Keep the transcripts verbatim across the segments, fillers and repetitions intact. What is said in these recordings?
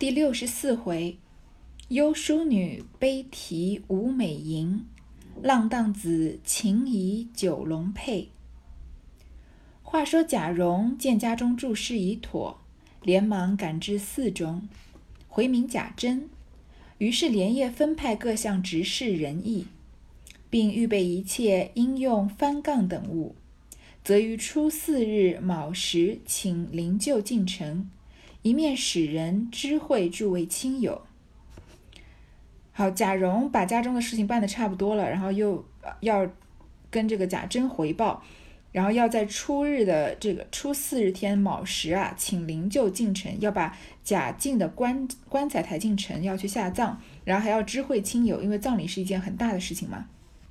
第六十四回，幽淑女悲啼舞美吟，浪荡子情怡九龙配。话说贾蓉见家中诸事已妥，连忙赶至寺中，回明贾珍，于是连夜分派各项执事人役，并预备一切应用幡杠等物，则于初四日卯时请灵柩进城，一面使人知会诸位亲友。好，贾蓉把家中的事情办得差不多了，然后又要跟这个贾珍回报，然后要在初日的这个初四日天卯时啊，请灵柩进城，要把贾敬的棺棺材抬进城，要去下葬，然后还要知会亲友，因为葬礼是一件很大的事情嘛。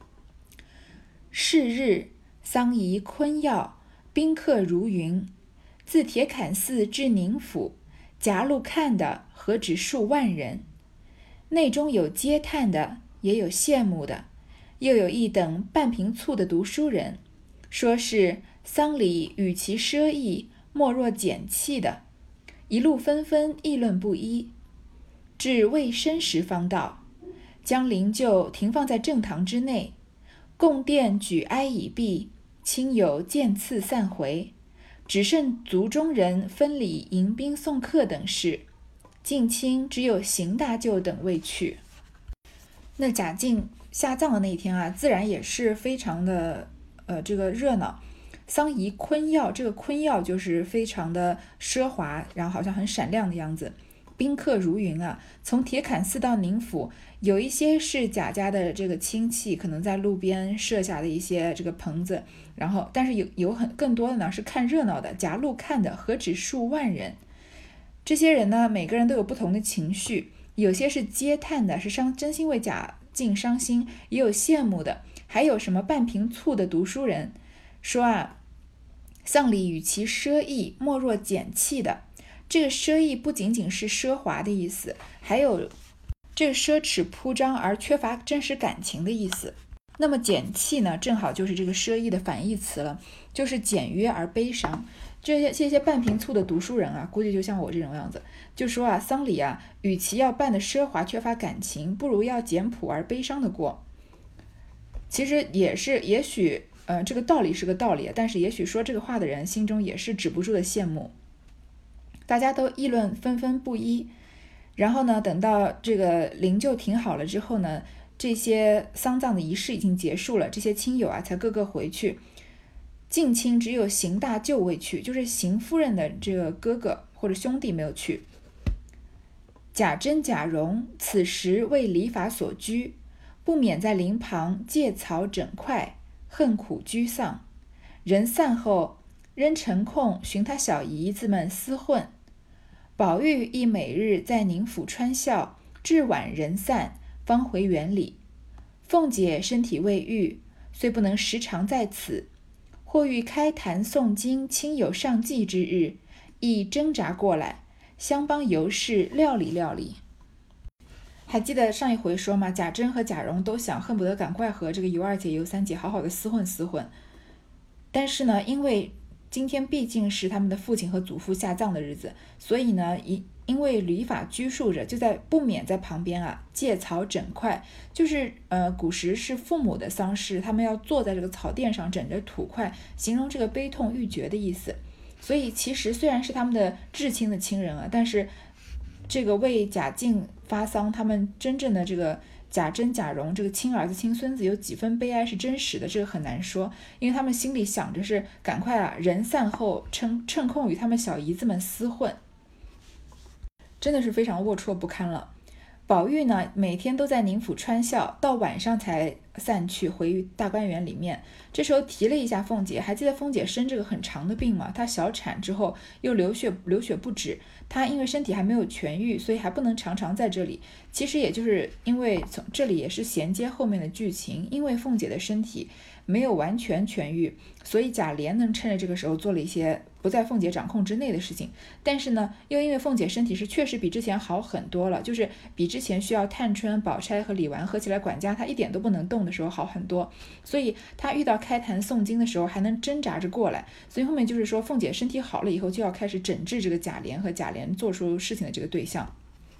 是日丧仪昆耀，宾客如云，自铁槛寺至宁府，夹路看的何止数万人，内中有嗟叹的，也有羡慕的，又有一等半瓶醋的读书人，说是丧礼与其奢逸，莫若简气的，一路纷纷议论不一。至未申时方到，将灵柩停放在正堂之内，供殿举哀已毕，亲友渐次散回，只剩族中人分礼迎宾送客等事，近亲只有邢大舅等未去。那贾敬下葬的那一天啊，自然也是非常的呃这个热闹。丧仪昆耀，这个昆耀就是非常的奢华，然后好像很闪亮的样子。宾客如云啊，从铁槛寺到宁府，有一些是贾家的这个亲戚，可能在路边设下的一些这个棚子，然后但是有有很更多的呢是看热闹的，夹路看的何止数万人。这些人呢，每个人都有不同的情绪，有些是嗟叹的，是伤真心为贾敬伤心，也有羡慕的，还有什么半瓶醋的读书人，说啊，丧礼与其奢逸，莫若简气的。这个奢逸不仅仅是奢华的意思，还有这个奢侈铺张而缺乏真实感情的意思。那么简气呢，正好就是这个奢逸的反义词了，就是简约而悲伤。这些这些半瓶醋的读书人啊，估计就像我这种样子，就说啊，丧礼啊，与其要办的奢华缺乏感情，不如要简朴而悲伤的过。其实也是，也许呃这个道理是个道理，但是也许说这个话的人心中也是止不住的羡慕。大家都议论纷纷不一，然后呢，等到这个灵柩停好了之后呢，这些丧葬的仪式已经结束了，这些亲友啊才个个回去。近亲只有邢大舅未去，就是邢夫人的这个哥哥或者兄弟没有去。贾珍、贾蓉此时为礼法所拘，不免在灵旁借草整块，恨苦居丧。人散后，仍成空寻他小姨子们厮混。宝玉亦每日在宁府穿孝，至晚人散，方回园里。凤姐身体未愈，虽不能时常在此，或遇开坛诵经亲友上祭之日，亦挣扎过来，相帮尤氏料理料理。还记得上一回说嘛，贾珍和贾蓉都想恨不得赶快和这个尤二姐、尤三姐好好的厮混厮混，但是呢，因为今天毕竟是他们的父亲和祖父下葬的日子，所以呢，因为礼法拘束着，就在不免在旁边啊借草整块，就是呃古时是父母的丧事，他们要坐在这个草垫上整着土块，形容这个悲痛欲绝的意思。所以其实虽然是他们的至亲的亲人啊，但是这个为贾敬发丧，他们真正的这个贾珍、贾蓉这个亲儿子亲孙子有几分悲哀是真实的，这个很难说，因为他们心里想着是赶快啊人散后趁趁空与他们小姨子们厮混，真的是非常龌龊不堪了。宝玉呢，每天都在宁府穿孝，到晚上才散去回大观园里面。这时候提了一下凤姐，还记得凤姐生这个很长的病吗？她小产之后又流血流血不止，她因为身体还没有痊愈，所以还不能常常在这里。其实也就是因为从这里也是衔接后面的剧情，因为凤姐的身体没有完全痊愈，所以贾琏能趁着这个时候做了一些不在凤姐掌控之内的事情。但是呢，又因为凤姐身体是确实比之前好很多了，就是比之前需要探春、宝钗和李纨合起来管家，她一点都不能动的时候好很多，所以她遇到开坛诵经的时候还能挣扎着过来。所以后面就是说凤姐身体好了以后，就要开始整治这个贾琏和贾琏做出事情的这个对象。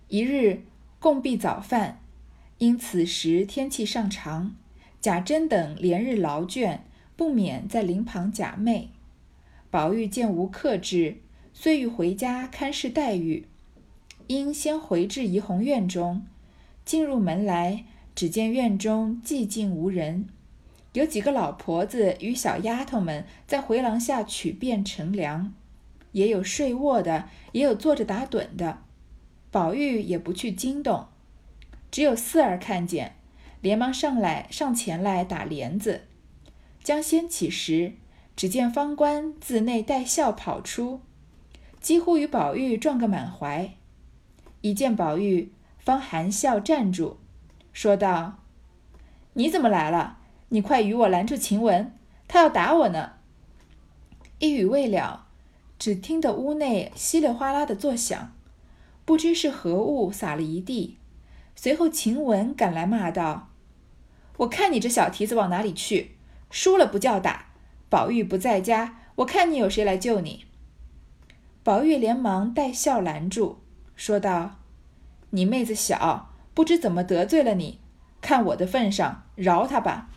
一日共毕早饭，因此时天气尚长，贾珍等连日劳倦，不免在林旁假寐。宝玉见无客至，遂欲回家看视黛玉，因先回至怡红院中，进入门来，只见院中寂静无人，有几个老婆子与小丫头们在回廊下取便乘凉，也有睡卧的，也有坐着打盹的。宝玉也不去惊动，只有四儿看见，连忙上来上前来打帘子。将掀起时，只见方官自内带笑跑出，几乎与宝玉撞个满怀。一见宝玉，方含笑站住，说道：你怎么来了？你快与我拦住晴雯，她要打我呢。一语未了，只听得屋内稀里哗啦的作响，不知是何物洒了一地。随后晴雯赶来骂道：我看你这小蹄子往哪里去？输了不叫打，宝玉不在家，我看你有谁来救你。宝玉连忙带笑拦住，说道：你妹子小，不知怎么得罪了你，看我的份上，饶她吧。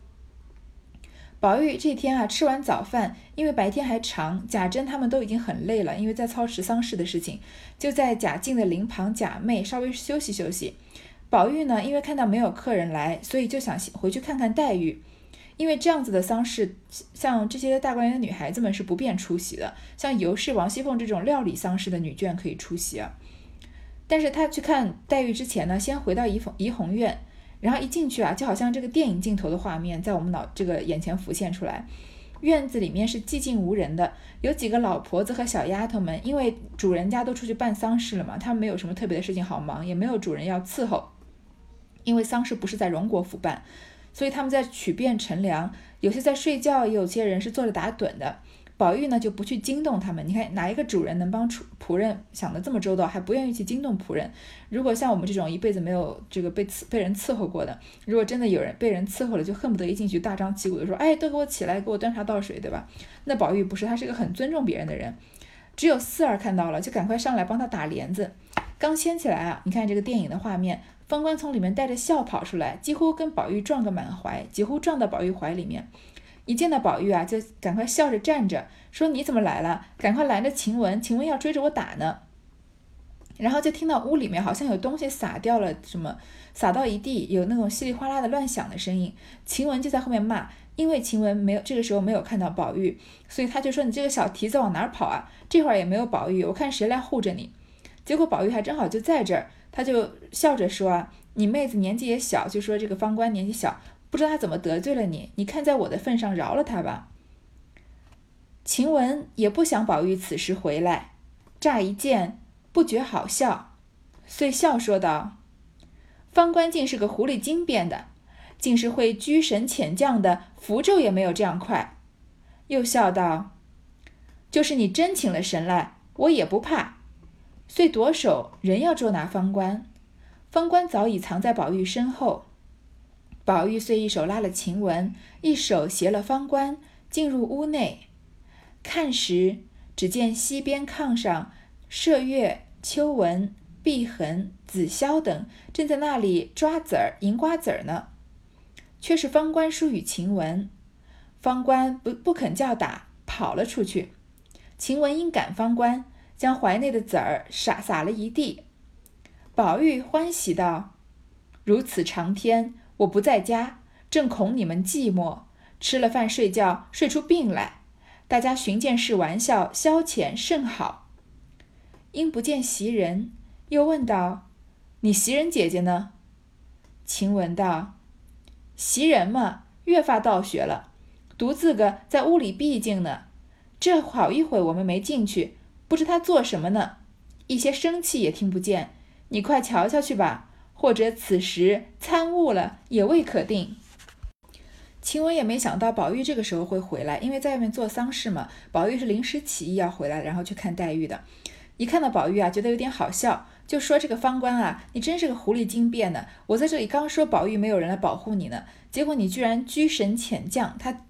宝玉这天啊，吃完早饭，因为白天还长，贾珍他们都已经很累了，因为在操持丧事的事情，就在贾静的灵旁假寐，稍微休息休息。宝玉呢，因为看到没有客人来，所以就想回去看看黛玉，因为这样子的丧事，像这些大观园的女孩子们是不便出席的，像尤氏、王熙凤这种料理丧事的女眷可以出席啊。但是他去看黛玉之前呢，先回到怡怡红院，然后一进去啊，就好像这个电影镜头的画面在我们脑这个眼前浮现出来。院子里面是寂静无人的，有几个老婆子和小丫头们，因为主人家都出去办丧事了嘛，他们没有什么特别的事情好忙，也没有主人要伺候，因为丧事不是在荣国府办，所以他们在取便乘凉，有些在睡觉，也有些人是坐着打盹的。宝玉呢就不去惊动他们，你看哪一个主人能帮仆人想得这么周到，还不愿意去惊动仆人？如果像我们这种一辈子没有这个被伺被人伺候过的，如果真的有人被人伺候了，就恨不得一进去大张旗鼓的说，哎，都给我起来，给我端茶倒水，对吧？那宝玉不是，他是一个很尊重别人的人。只有四儿看到了，就赶快上来帮他打帘子。刚掀起来啊，你看这个电影的画面，方官从里面带着笑跑出来，几乎跟宝玉撞个满怀，几乎撞到宝玉怀里面。一见到宝玉啊，就赶快笑着站着，说你怎么来了？赶快拦着晴雯，晴雯要追着我打呢。然后就听到屋里面好像有东西洒掉了，什么洒到一地，有那种稀里哗啦的乱响的声音。晴雯就在后面骂，因为晴雯没有这个时候没有看到宝玉，所以他就说你这个小蹄子往哪儿跑啊？这会儿也没有宝玉，我看谁来护着你。结果宝玉还正好就在这儿，他就笑着说啊，你妹子年纪也小，就说这个方官年纪小，不知道他怎么得罪了你，你看在我的份上饶了他吧。晴雯也不想宝玉此时回来，乍一见不觉好笑，遂笑说道：方官竟是个狐狸精变的，竟是会居神遣将的，符咒也没有这样快。又笑道：就是你真请了神来，我也不怕。遂夺手人要捉拿方官，方官早已藏在宝玉身后。宝玉遂一手拉了晴雯，一手携了方官，进入屋内。看时，只见西边炕上麝月、秋纹、碧痕、紫霄等正在那里抓子儿、银瓜子儿呢，却是方官疏与晴雯。方官不不肯叫打，跑了出去。晴雯因赶方官，将怀内的子儿撒撒了一地。宝玉欢喜道：如此长天，我不在家，正恐你们寂寞，吃了饭睡觉，睡出病来，大家寻件事玩笑消遣甚好。因不见袭人，又问道：你袭人姐姐呢？晴雯道：袭人嘛，越发倒学了，独自个在屋里闭静呢。这好一会我们没进去，不知她做什么呢，一些生气也听不见，你快瞧瞧去吧，或者此时参悟了也未可定。晴雯也没想到宝玉这个时候会回来，因为在外面做丧事嘛，宝玉是临时起意要回来，然后去看黛玉的。一看到宝玉啊，觉得有点好笑，就说这个方官啊，你真是个狐狸精变的，我在这里刚说宝玉没有人来保护你呢，结果你居然居神遣将，他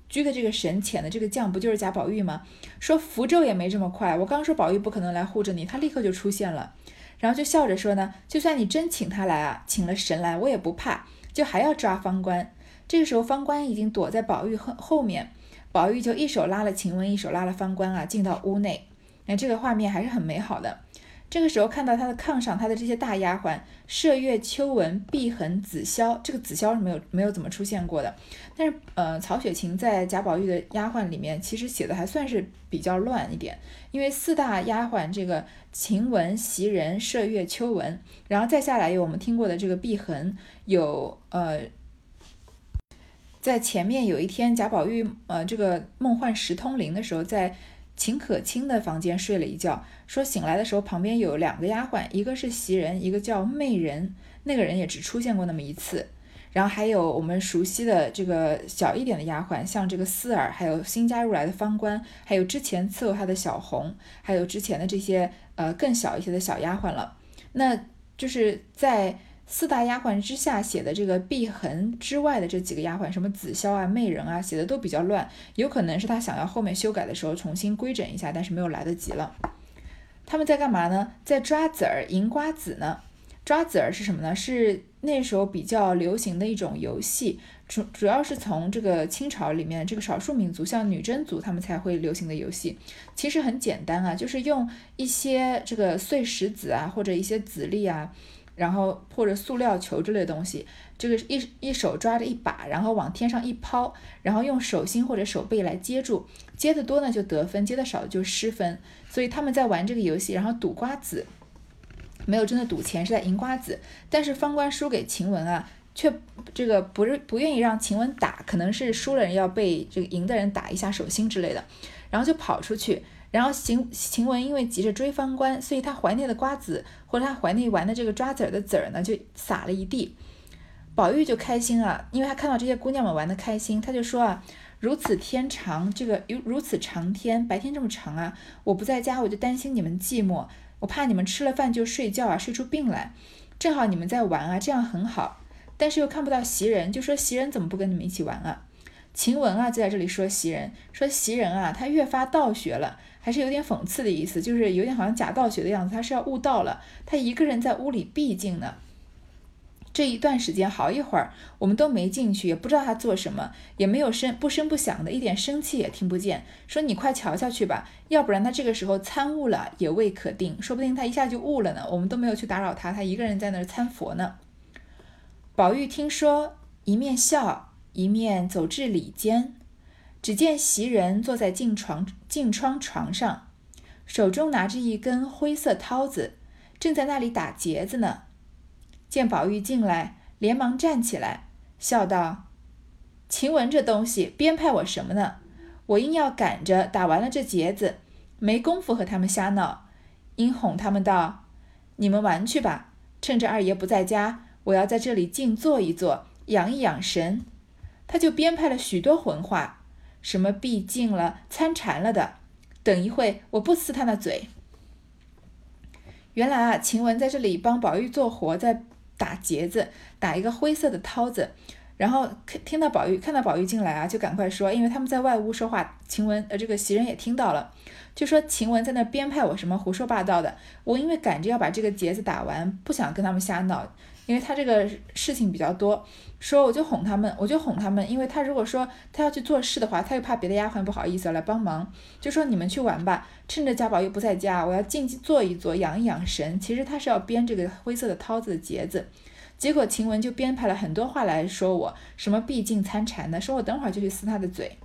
居的这个神遣的这个将不就是贾宝玉吗？说符咒也没这么快，我刚说宝玉不可能来护着你，他立刻就出现了。然后就笑着说呢，就算你真请他来啊，请了神来，我也不怕，就还要抓方官。这个时候方官已经躲在宝玉后后面，宝玉就一手拉了晴雯，一手拉了方官啊，进到屋内。那这个画面还是很美好的。这个时候看到他的炕上，他的这些大丫鬟麝月、秋纹、碧痕、紫霄，这个紫霄是没有没有怎么出现过的。但是呃，曹雪芹在贾宝玉的丫鬟里面，其实写的还算是比较乱一点，因为四大丫鬟这个晴雯、袭人、麝月、秋纹，然后再下来有我们听过的这个碧痕，有呃。在前面有一天贾宝玉呃这个梦幻时通灵的时候，在秦可卿的房间睡了一觉，说醒来的时候旁边有两个丫鬟，一个是袭人，一个叫媚人，那个人也只出现过那么一次。然后还有我们熟悉的这个小一点的丫鬟，像这个四儿，还有新加入来的方官，还有之前伺候他的小红，还有之前的这些呃更小一些的小丫鬟了。那就是在四大丫鬟之下写的这个碧痕之外的这几个丫鬟，什么紫霄啊、媚人啊，写的都比较乱，有可能是他想要后面修改的时候重新规整一下，但是没有来得及了。他们在干嘛呢？在抓子儿、银瓜子呢。抓子儿是什么呢？是那时候比较流行的一种游戏，主主要是从这个清朝里面这个少数民族，像女真族他们才会流行的游戏。其实很简单啊，就是用一些这个碎石子啊，或者一些籽粒啊，然后或者塑料球之类的东西，这个一一手抓着一把，然后往天上一抛，然后用手心或者手背来接住，接的多呢就得分，接的少就失分。所以他们在玩这个游戏，然后赌瓜子，没有真的赌钱，是在赢瓜子。但是方官输给晴雯啊，却这个不是不愿意让晴雯打，可能是输了人要被这个赢的人打一下手心之类的，然后就跑出去。然后晴晴雯因为急着追方官，所以他怀内的瓜子或者他怀内玩的这个抓子儿的籽儿呢，就撒了一地。宝玉就开心啊，因为他看到这些姑娘们玩的开心，他就说啊，如此天长，这个如此长天，白天这么长啊，我不在家，我就担心你们寂寞，我怕你们吃了饭就睡觉啊，睡出病来。正好你们在玩啊，这样很好。但是又看不到袭人，就说袭人怎么不跟你们一起玩啊？晴雯啊，就在这里说袭人，说袭人啊，她越发道学了，还是有点讽刺的意思，就是有点好像假道学的样子，她是要悟道了。她一个人在屋里闭静呢。这一段时间好一会儿，我们都没进去，也不知道他做什么，也没有声不声不响的，一点生气也听不见。说你快瞧瞧去吧，要不然他这个时候参悟了也未可定，说不定他一下就悟了呢，我们都没有去打扰他，他一个人在那儿参佛呢。宝玉听说，一面笑，一面走至里间，只见袭人坐在镜床镜窗床上，手中拿着一根灰色绦子，正在那里打结子呢。见宝玉进来，连忙站起来，笑道：晴雯这东西编排我什么呢？我硬要赶着打完了这结子，没工夫和他们瞎闹，因哄他们道：你们玩去吧，趁着二爷不在家，我要在这里静坐一坐，养一养神。他就编排了许多混话，什么闭静了、参禅了的，等一会我不撕他那嘴。原来啊，晴雯在这里帮宝玉做活，在打结子，打一个灰色的绦子。然后听到宝玉看到宝玉进来啊，就赶快说，因为他们在外屋说话，晴雯呃这个袭人也听到了，就说晴雯在那编排我什么胡说八道的，我因为赶着要把这个结子打完，不想跟他们瞎闹，因为他这个事情比较多，说我就哄他们，我就哄他们，因为他如果说他要去做事的话，他又怕别的丫鬟不好意思来帮忙，就说你们去玩吧，趁着贾宝玉不在家，我要静坐一坐，养一养神。其实他是要编这个灰色的绦子的结子。结果晴雯就编排了很多话来说我，什么闭静参禅的，说我等会儿就去撕他的嘴。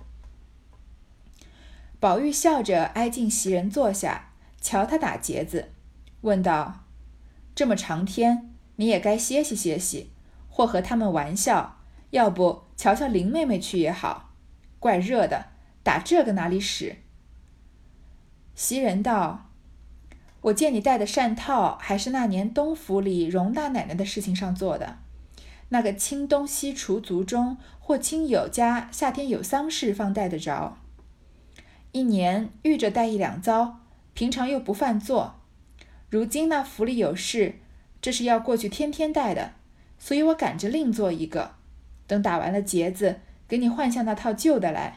宝玉笑着挨近袭人坐下，瞧他打结子，问道：这么长天，你也该歇息歇息，或和他们玩笑，要不瞧瞧林妹妹去也好，怪热的，打这个哪里使？袭人道：我见你戴的扇套，还是那年东府里荣大奶奶的事情上做的。那个清东西除族中，或亲友家夏天有丧事方戴得着。一年遇着戴一两遭，平常又不犯做。如今那府里有事，这是要过去天天戴的，所以我赶着另做一个。等打完了结子，给你换下那套旧的来，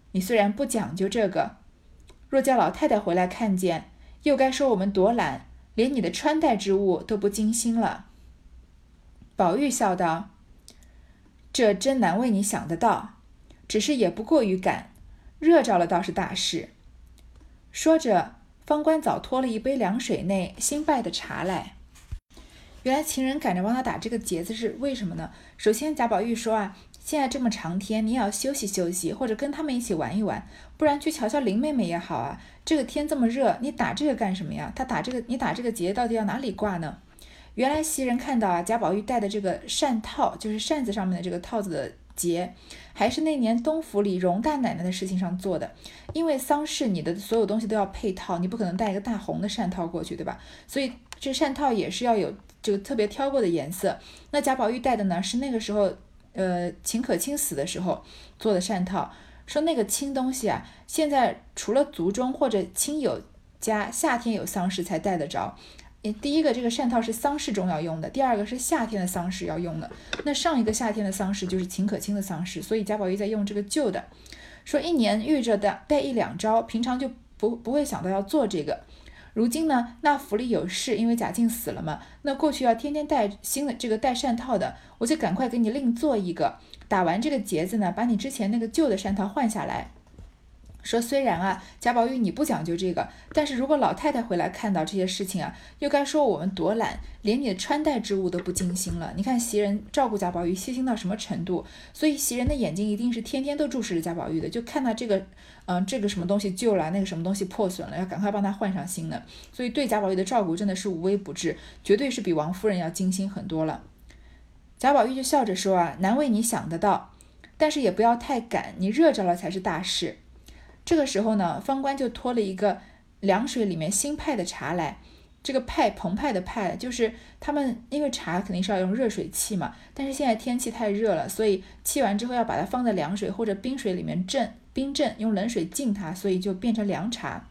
你虽然不讲究这个，若叫老太太回来看见，又该说我们多懒，连你的穿戴之物都不精心了。”宝玉笑道：“这真难为你想得到，只是也不过于赶，热着了倒是大事。”说着，方官早拖了一杯凉水内新拜的茶来。原来情人赶着帮他打这个结子是为什么呢？首先贾宝玉说啊，现在这么长天，你也要休息休息，或者跟他们一起玩一玩，不然去瞧瞧林妹妹也好啊。这个天这么热，你打这个干什么呀？他打这个，你打这个结到底要哪里挂呢？原来袭人看到啊，贾宝玉戴的这个扇套，就是扇子上面的这个套子的结，还是那年东府里荣大奶奶的事情上做的。因为丧事你的所有东西都要配套，你不可能带一个大红的扇套过去，对吧？所以这扇套也是要有这个特别挑过的颜色。那贾宝玉戴的呢，是那个时候呃秦可卿死的时候做的扇套，说那个青东西啊，现在除了族中或者亲友家夏天有丧事才戴得着。第一个，这个扇套是丧事中要用的，第二个是夏天的丧事要用的。那上一个夏天的丧事就是秦可卿的丧事，所以贾宝玉在用这个旧的，说一年遇着的带一两招，平常就不不会想到要做这个。如今呢，那府里有事，因为贾静死了嘛，那过去要天天戴新的这个戴扇套的，我就赶快给你另做一个，打完这个结子呢，把你之前那个旧的扇套换下来。说虽然啊，贾宝玉你不讲究这个，但是如果老太太回来看到这些事情啊，又该说我们多懒，连你的穿戴之物都不精心了。你看袭人照顾贾宝玉细心到什么程度，所以袭人的眼睛一定是天天都注视着贾宝玉的，就看到这个嗯、呃，这个什么东西旧了，那个什么东西破损了，要赶快帮他换上新的。所以对贾宝玉的照顾真的是无微不至，绝对是比王夫人要精心很多了。贾宝玉就笑着说啊，难为你想得到，但是也不要太赶，你热着了才是大事。这个时候呢，方官就拖了一个凉水里面新派的茶来。这个派澎湃的派，就是他们因为茶肯定是要用热水沏嘛，但是现在天气太热了，所以沏完之后要把它放在凉水或者冰水里面镇冰镇，用冷水浸它，所以就变成凉茶。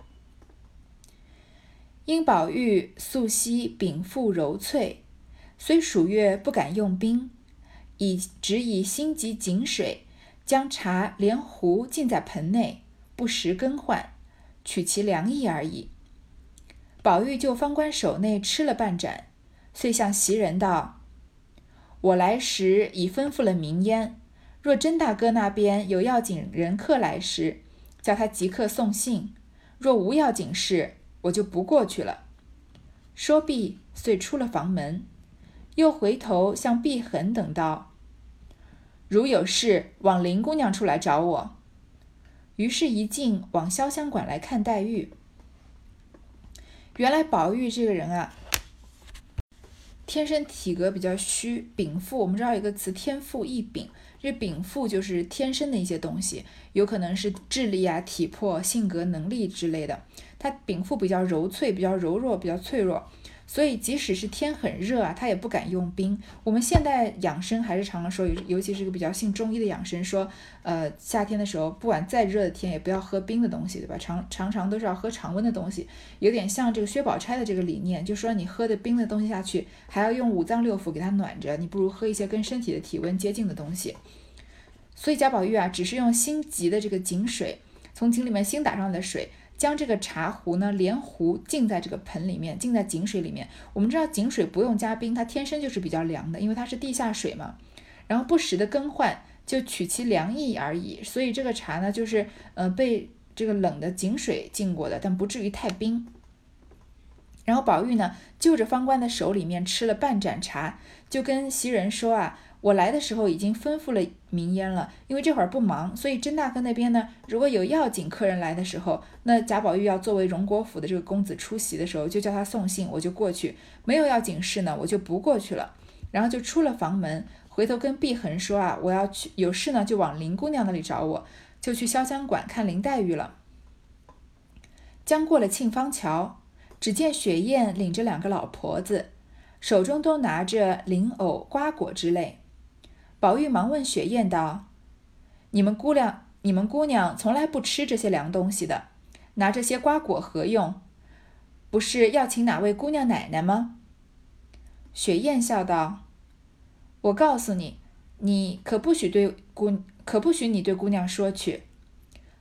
因宝玉素昔禀赋柔脆，虽暑月不敢用冰，以只以新极井水将茶连壶浸在盆内，不时更换，取其凉意而已。宝玉就方官手内吃了半盏，遂向袭人道：“我来时已吩咐了明烟，若甄大哥那边有要紧人客来时，叫他即刻送信；若无要紧事，我就不过去了。”说毕，遂出了房门，又回头向碧痕等道：“如有事，往林姑娘处来找我。”于是一进往潇湘馆来看黛玉。原来宝玉这个人啊，天生体格比较虚，禀赋我们知道有一个词天赋异禀，这禀赋就是天生的一些东西，有可能是智力啊、体魄、性格、能力之类的。他禀赋比较柔脆，比较柔弱，比较脆弱，所以即使是天很热啊，他也不敢用冰。我们现代养生还是常常说，尤其是个比较信中医的养生，说呃夏天的时候不管再热的天也不要喝冰的东西，对吧？常常常都是要喝常温的东西，有点像这个薛宝钗的这个理念，就说你喝的冰的东西下去还要用五脏六腑给它暖着，你不如喝一些跟身体的体温接近的东西。所以贾宝玉啊，只是用新集的这个井水，从井里面新打上的水，将这个茶壶呢连壶浸在这个盆里面，浸在井水里面。我们知道井水不用加冰，它天生就是比较凉的，因为它是地下水嘛。然后不时的更换，就取其凉意而已。所以这个茶呢，就是呃被这个冷的井水浸过的，但不至于太冰。然后宝玉呢，就着方官的手里面吃了半盏茶，就跟袭人说啊，我来的时候已经吩咐了明烟了，因为这会儿不忙，所以甄大哥那边呢，如果有要紧客人来的时候，那贾宝玉要作为荣国府的这个公子出席的时候，就叫他送信，我就过去；没有要紧事呢，我就不过去了。然后就出了房门，回头跟碧痕说啊，我要去有事呢，就往林姑娘那里找我，就去潇湘馆看林黛玉了。将过了沁芳桥，只见雪雁领着两个老婆子，手中都拿着菱藕、瓜果之类。宝玉忙问雪雁道：“你们姑娘，你们姑娘从来不吃这些凉东西的，拿这些瓜果何用？不是要请哪位姑娘奶奶吗？”雪雁笑道：“我告诉你，你可不许对姑，可不许你对姑娘说去。”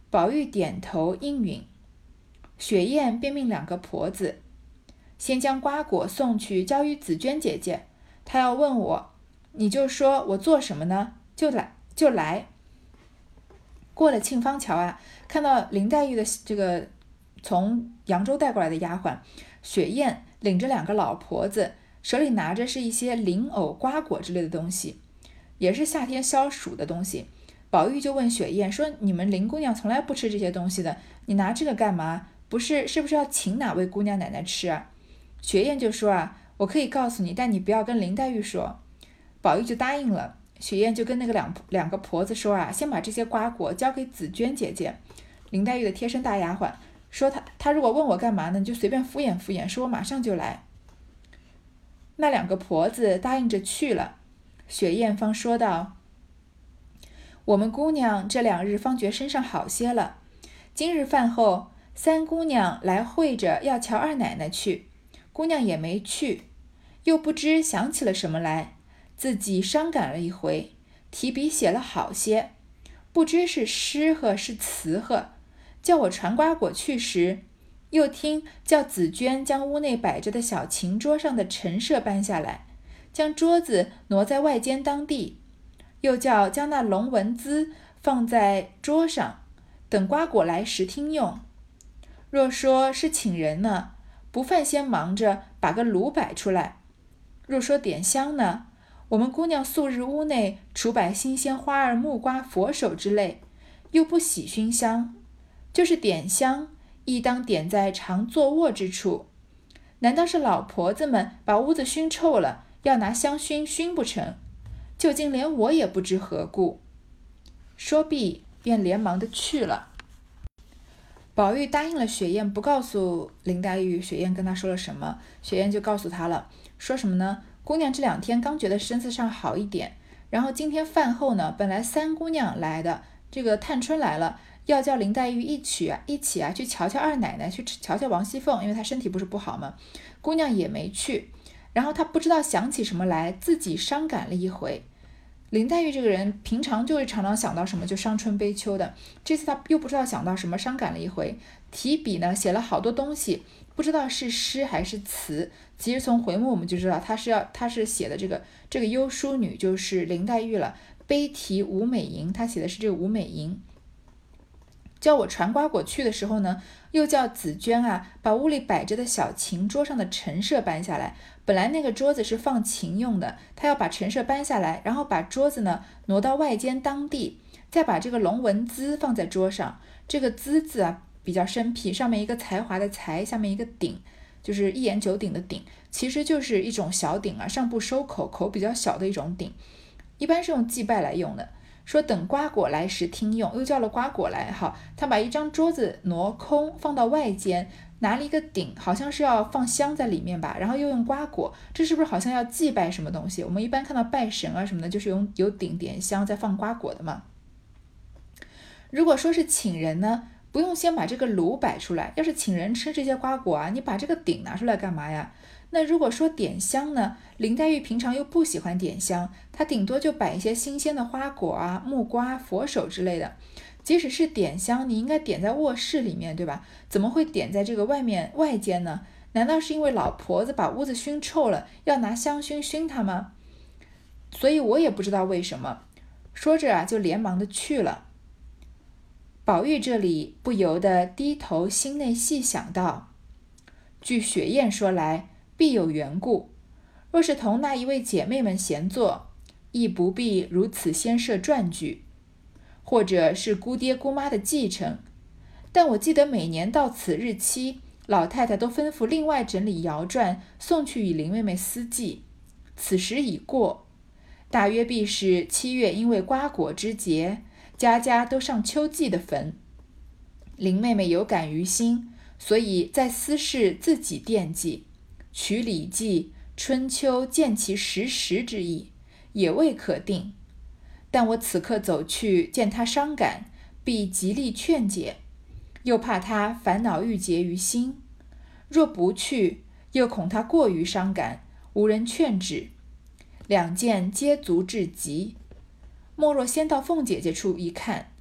宝玉点头应允。雪雁便命两个婆子先将瓜果送去交于紫鹃姐姐，她要问我，你就说我做什么呢？就来就来。过了沁芳桥啊，看到林黛玉的这个从扬州带过来的丫鬟雪雁领着两个老婆子，手里拿着是一些菱藕瓜果之类的东西，也是夏天消暑的东西。宝玉就问雪雁说，你们林姑娘从来不吃这些东西的，你拿这个干嘛？不是是不是要请哪位姑娘奶奶吃啊？雪雁就说啊，我可以告诉你，但你不要跟林黛玉说。宝玉就答应了。雪雁就跟那个两两个婆子说啊，先把这些瓜果交给紫鹃姐姐，林黛玉的贴身大丫鬟，说她她如果问我干嘛呢，你就随便敷衍敷衍，说我马上就来。那两个婆子答应着去了。雪雁方说道，我们姑娘这两日方觉身上好些了，今日饭后三姑娘来会着要瞧二奶奶去，姑娘也没去，又不知想起了什么来，自己伤感了一回，提笔写了好些，不知是诗和是词和，叫我传瓜果去时，又听叫紫鹃将屋内摆着的小琴桌上的陈设搬下来，将桌子挪在外间当地，又叫将那龙纹缁放在桌上，等瓜果来时听用。若说是请人呢，不犯先忙着把个炉摆出来；若说点香呢，我们姑娘素日屋内除摆新鲜花儿、木瓜、佛手之类，又不喜熏香，就是点香亦当点在常坐卧之处。难道是老婆子们把屋子熏臭了，要拿香熏熏不成？究竟连我也不知何故。说毕便连忙的去了。宝玉答应了雪雁，不告诉林黛玉雪雁跟他说了什么，雪雁就告诉他了，说什么呢？姑娘这两天刚觉得身子上好一点，然后今天饭后呢，本来三姑娘来的，这个探春来了，要叫林黛玉一起啊，一起啊去瞧瞧二奶奶，去瞧瞧王熙凤，因为她身体不是不好嘛，姑娘也没去，然后她不知道想起什么来，自己伤感了一回。林黛玉这个人平常就会常常想到什么就伤春悲秋的，这次她又不知道想到什么，伤感了一回，提笔呢写了好多东西，不知道是诗还是词。其实从回目我们就知道她是要她是写的这个这个幽淑女就是林黛玉了，悲题吴美吟，她写的是这个吴美吟。叫我传瓜果去的时候呢，又叫紫鹃啊把屋里摆着的小琴桌上的陈设搬下来。本来那个桌子是放琴用的，他要把陈设搬下来，然后把桌子呢挪到外间当地，再把这个龙纹缁放在桌上。这个缁字啊比较生僻，上面一个才华的才，下面一个鼎，就是一言九鼎的鼎，其实就是一种小鼎啊，上部收口，口比较小的一种鼎，一般是用祭拜来用的。说等瓜果来时听用，又叫了瓜果来。好，他把一张桌子挪空放到外间，拿了一个鼎，好像是要放香在里面吧，然后又用瓜果，这是不是好像要祭拜什么东西？我们一般看到拜神啊什么的，就是用有鼎点香再放瓜果的嘛。如果说是请人呢，不用先把这个炉摆出来，要是请人吃这些瓜果啊，你把这个鼎拿出来干嘛呀？那如果说点香呢，林黛玉平常又不喜欢点香，她顶多就摆一些新鲜的花果啊、木瓜、佛手之类的。即使是点香，你应该点在卧室里面，对吧？怎么会点在这个外面外间呢？难道是因为老婆子把屋子熏臭了，要拿香薰熏它吗？所以我也不知道为什么。说着啊，就连忙的去了。宝玉这里不由得低头心内细想到，据雪雁说来，必有缘故，若是同那一位姐妹们闲坐，亦不必如此先设传句，或者是姑爹姑妈的继承。但我记得每年到此日期，老太太都吩咐另外整理谣传，送去与林妹妹私记。此时已过，大约必是七月，因为瓜果之节，家家都上秋季的坟。林妹妹有感于心，所以在私事自己惦记，取《礼记》春秋见其时时之意，也未可定。但我此刻走去，见他伤感，必极力劝解，又怕他烦恼郁结于心。若不去，又恐他过于伤感，无人劝止，两件皆足至极。莫若先到凤姐姐处一看，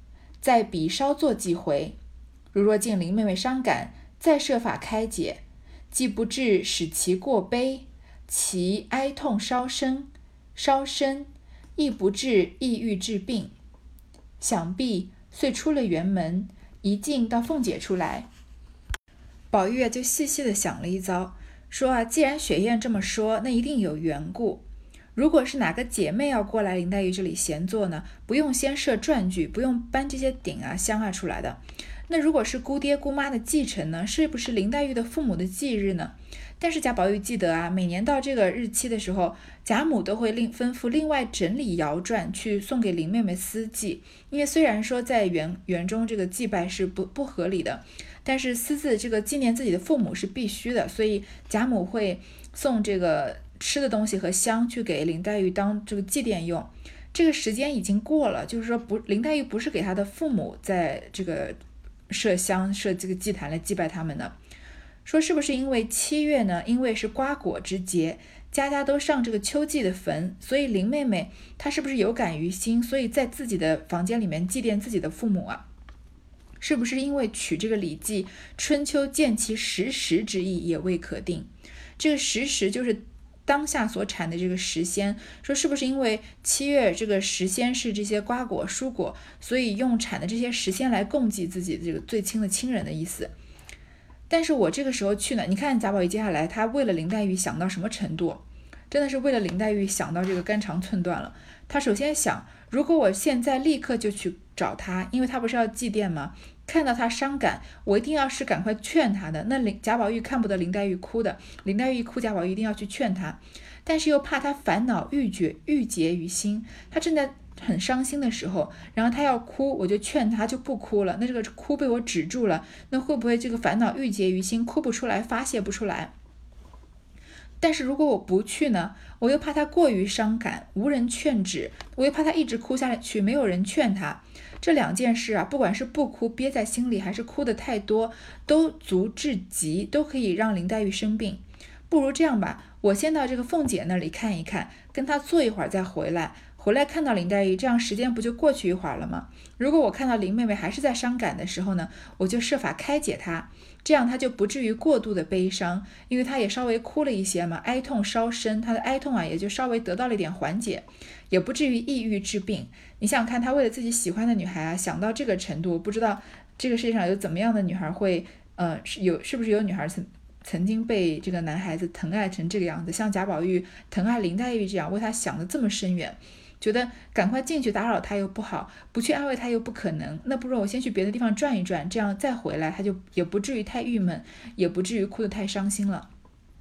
再彼稍作几回。如若见林妹妹伤感，再设法开解，既不至使其过悲，其哀痛稍深，稍深，亦不至抑郁致病。想必遂出了园门，一径到凤姐出来。宝玉啊，就细细的想了一遭，说啊，既然雪雁这么说，那一定有缘故。如果是哪个姐妹要过来林黛玉这里闲坐呢，不用先设传具，不用搬这些鼎啊香啊出来的。那如果是姑爹姑妈的继承呢，是不是林黛玉的父母的忌日呢？但是贾宝玉记得啊，每年到这个日期的时候，贾母都会另吩咐另外整理谣传去送给林妹妹私祭。因为虽然说在园园中这个祭拜是不不合理的，但是私自这个纪念自己的父母是必须的，所以贾母会送这个吃的东西和香去给林黛玉当这个祭奠用。这个时间已经过了，就是说不，林黛玉不是给她的父母在这个设香设这个祭坛来祭拜他们的。说是不是因为七月呢，因为是瓜果之节，家家都上这个秋季的坟，所以林妹妹她是不是有感于心，所以在自己的房间里面祭奠自己的父母啊？是不是因为取这个礼记春秋见其时时之意也未可定。这个时时就是当下所产的这个时鲜，说是不是因为七月这个时鲜是这些瓜果蔬果，所以用产的这些时鲜来供祭自己的这个最亲的亲人的意思。但是我这个时候去呢，你看贾宝玉接下来他为了林黛玉想到什么程度，真的是为了林黛玉想到这个肝肠寸断了。他首先想，如果我现在立刻就去找他，因为他不是要祭奠吗？看到他伤感，我一定要是赶快劝他的。那林贾宝玉看不得林黛玉哭的，林黛玉一哭，贾宝玉一定要去劝他，但是又怕他烦恼郁结郁结于心，他正在很伤心的时候，然后他要哭，我就劝他就不哭了，那这个哭被我止住了，那会不会这个烦恼郁结于心，哭不出来，发泄不出来？但是如果我不去呢，我又怕他过于伤感，无人劝止，我又怕他一直哭下去，没有人劝他。这两件事啊，不管是不哭憋在心里，还是哭得太多，都足至极，都可以让林黛玉生病。不如这样吧，我先到这个凤姐那里看一看，跟她坐一会儿再回来，回来看到林黛玉，这样时间不就过去一会儿了吗？如果我看到林妹妹还是在伤感的时候呢，我就设法开解她，这样她就不至于过度的悲伤，因为她也稍微哭了一些嘛，哀痛稍深，她的哀痛啊也就稍微得到了一点缓解，也不至于抑郁致病。你想想看，她为了自己喜欢的女孩啊，想到这个程度，不知道这个世界上有怎么样的女孩会，呃，是有是不是有女孩曾曾经被这个男孩子疼爱成这个样子，像贾宝玉疼爱林黛玉这样，为她想得这么深远。觉得赶快进去打扰他又不好，不去安慰他又不可能，那不如我先去别的地方转一转，这样再回来他就也不至于太郁闷，也不至于哭得太伤心了。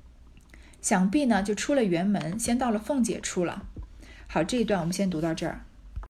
想必呢就出了园门，先到了凤姐处了。好，这一段我们先读到这儿。